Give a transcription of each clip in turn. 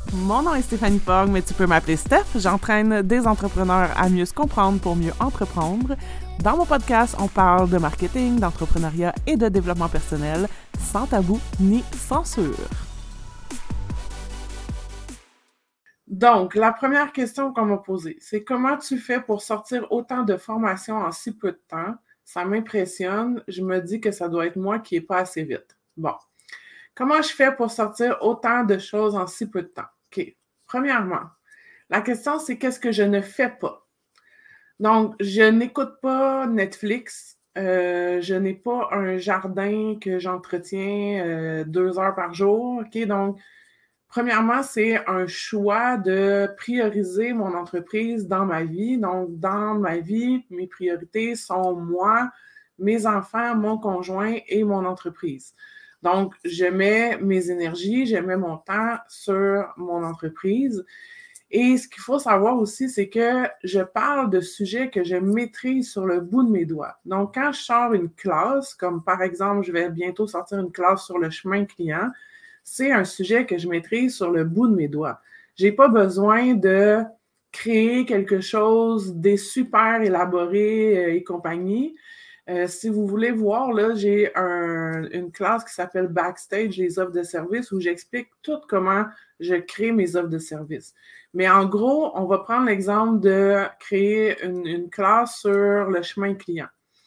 Mon nom est Stéphanie Fogg, mais tu peux m'appeler Steph. J'entraîne des entrepreneurs à mieux se comprendre pour mieux entreprendre. Dans mon podcast, on parle de marketing, d'entrepreneuriat et de développement personnel, sans tabou ni censure. Donc, la première question qu'on m'a posée, c'est comment tu fais pour sortir autant de formations en si peu de temps? Ça m'impressionne. Je me dis que ça doit être moi qui n'ai pas assez vite. Bon. Comment je fais pour sortir autant de choses en si peu de temps? OK. Premièrement, la question, c'est qu'est-ce que je ne fais pas? Donc, je n'écoute pas Netflix. Je n'ai pas un jardin que j'entretiens 2 heures par jour. OK? Donc, premièrement, c'est un choix de prioriser mon entreprise dans ma vie. Donc, dans ma vie, mes priorités sont moi, mes enfants, mon conjoint et mon entreprise. Donc, je mets mes énergies, je mets mon temps sur mon entreprise. Et ce qu'il faut savoir aussi, c'est que je parle de sujets que je maîtrise sur le bout de mes doigts. Donc, quand je sors une classe, comme par exemple, je vais bientôt sortir une classe sur le chemin client, c'est un sujet que je maîtrise sur le bout de mes doigts. Je n'ai pas besoin de créer quelque chose de super élaboré et compagnie. Si vous voulez voir, là, j'ai une classe qui s'appelle Backstage, les offres de services, où j'explique tout comment je crée mes offres de services. Mais en gros, on va prendre l'exemple de créer une classe sur le chemin client.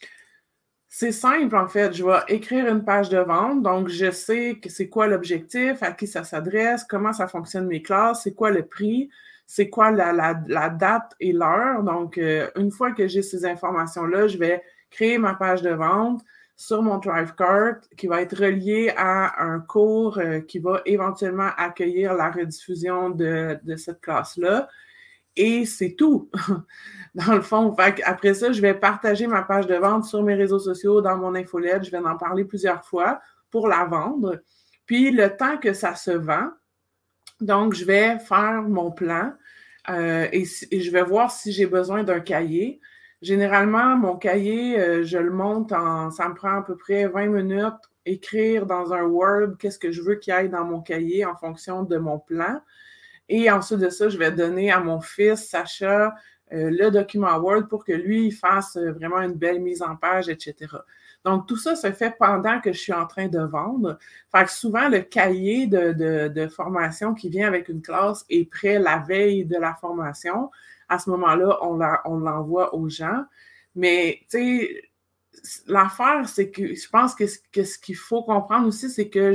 C'est simple, en fait. Je vais écrire une page de vente. Donc, je sais que c'est quoi l'objectif, à qui ça s'adresse, comment ça fonctionne mes classes, c'est quoi le prix, c'est quoi la date et l'heure. Donc, une fois que j'ai ces informations-là, je vais créer ma page de vente sur mon Thrivecart qui va être relié à un cours qui va éventuellement accueillir la rediffusion de cette classe-là. Et c'est tout, dans le fond. Après ça, je vais partager ma page de vente sur mes réseaux sociaux, dans mon infolette. Je vais en parler plusieurs fois pour la vendre. Puis, le temps que ça se vend, donc, je vais faire mon plan et je vais voir si j'ai besoin d'un cahier. Généralement, mon cahier, je le monte ça me prend à peu près 20 minutes, écrire dans un Word qu'est-ce que je veux qu'il y ait dans mon cahier en fonction de mon plan. Et ensuite de ça, je vais donner à mon fils, Sacha, le document Word pour que lui, il fasse vraiment une belle mise en page, etc. Donc, tout ça se fait pendant que je suis en train de vendre. Fait que souvent, le cahier de formation qui vient avec une classe est prêt la veille de la formation. À ce moment-là, on l'envoie aux gens. Mais, tu sais, l'affaire, c'est que je pense que ce qu'il faut comprendre aussi, c'est que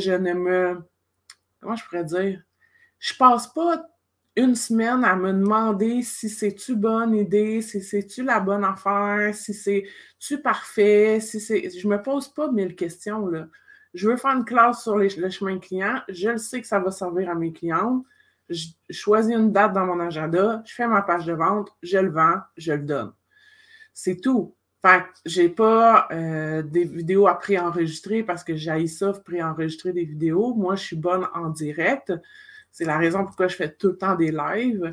comment je pourrais dire? Je passe pas une semaine à me demander si c'est-tu bonne idée, si c'est-tu la bonne affaire, si c'est-tu parfait, je me pose pas 1000 questions, là. Je veux faire une classe sur le chemin client, je le sais que ça va servir à mes clientes, je choisis une date dans mon agenda, je fais ma page de vente, je le vends, je le donne. C'est tout. Fait que j'ai pas des vidéos à préenregistrer parce que j'haïs ça, préenregistrer des vidéos. Moi, je suis bonne en direct. C'est la raison pourquoi je fais tout le temps des lives.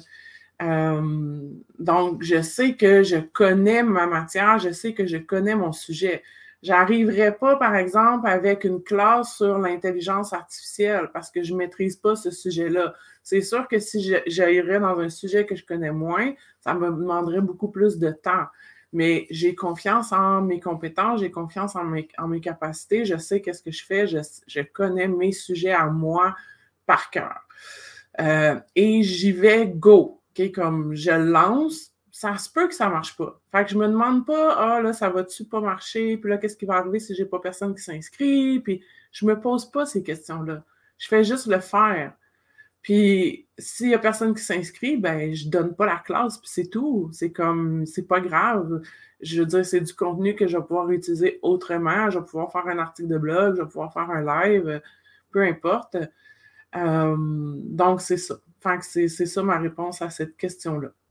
Donc, je sais que je connais ma matière, je sais que je connais mon sujet. J'arriverai pas, par exemple, avec une classe sur l'intelligence artificielle parce que je maîtrise pas ce sujet-là. C'est sûr que si j'irais dans un sujet que je connais moins, ça me demanderait beaucoup plus de temps. Mais j'ai confiance en mes compétences, j'ai confiance en mes capacités, je sais qu'est-ce que je fais, je connais mes sujets à moi par cœur. Et j'y vais go, OK? Comme je lance, ça se peut que ça marche pas. Fait que je me demande pas, ah là, ça va-tu pas marcher? Puis là, qu'est-ce qui va arriver si j'ai pas personne qui s'inscrit? Puis je me pose pas ces questions-là. Je fais juste le faire. Puis s'il y a personne qui s'inscrit, ben je donne pas la classe, puis c'est tout. C'est comme, c'est pas grave. Je veux dire, c'est du contenu que je vais pouvoir utiliser autrement. Je vais pouvoir faire un article de blog, je vais pouvoir faire un live, peu importe. Donc, c'est ça. Fait que c'est ça ma réponse à cette question-là.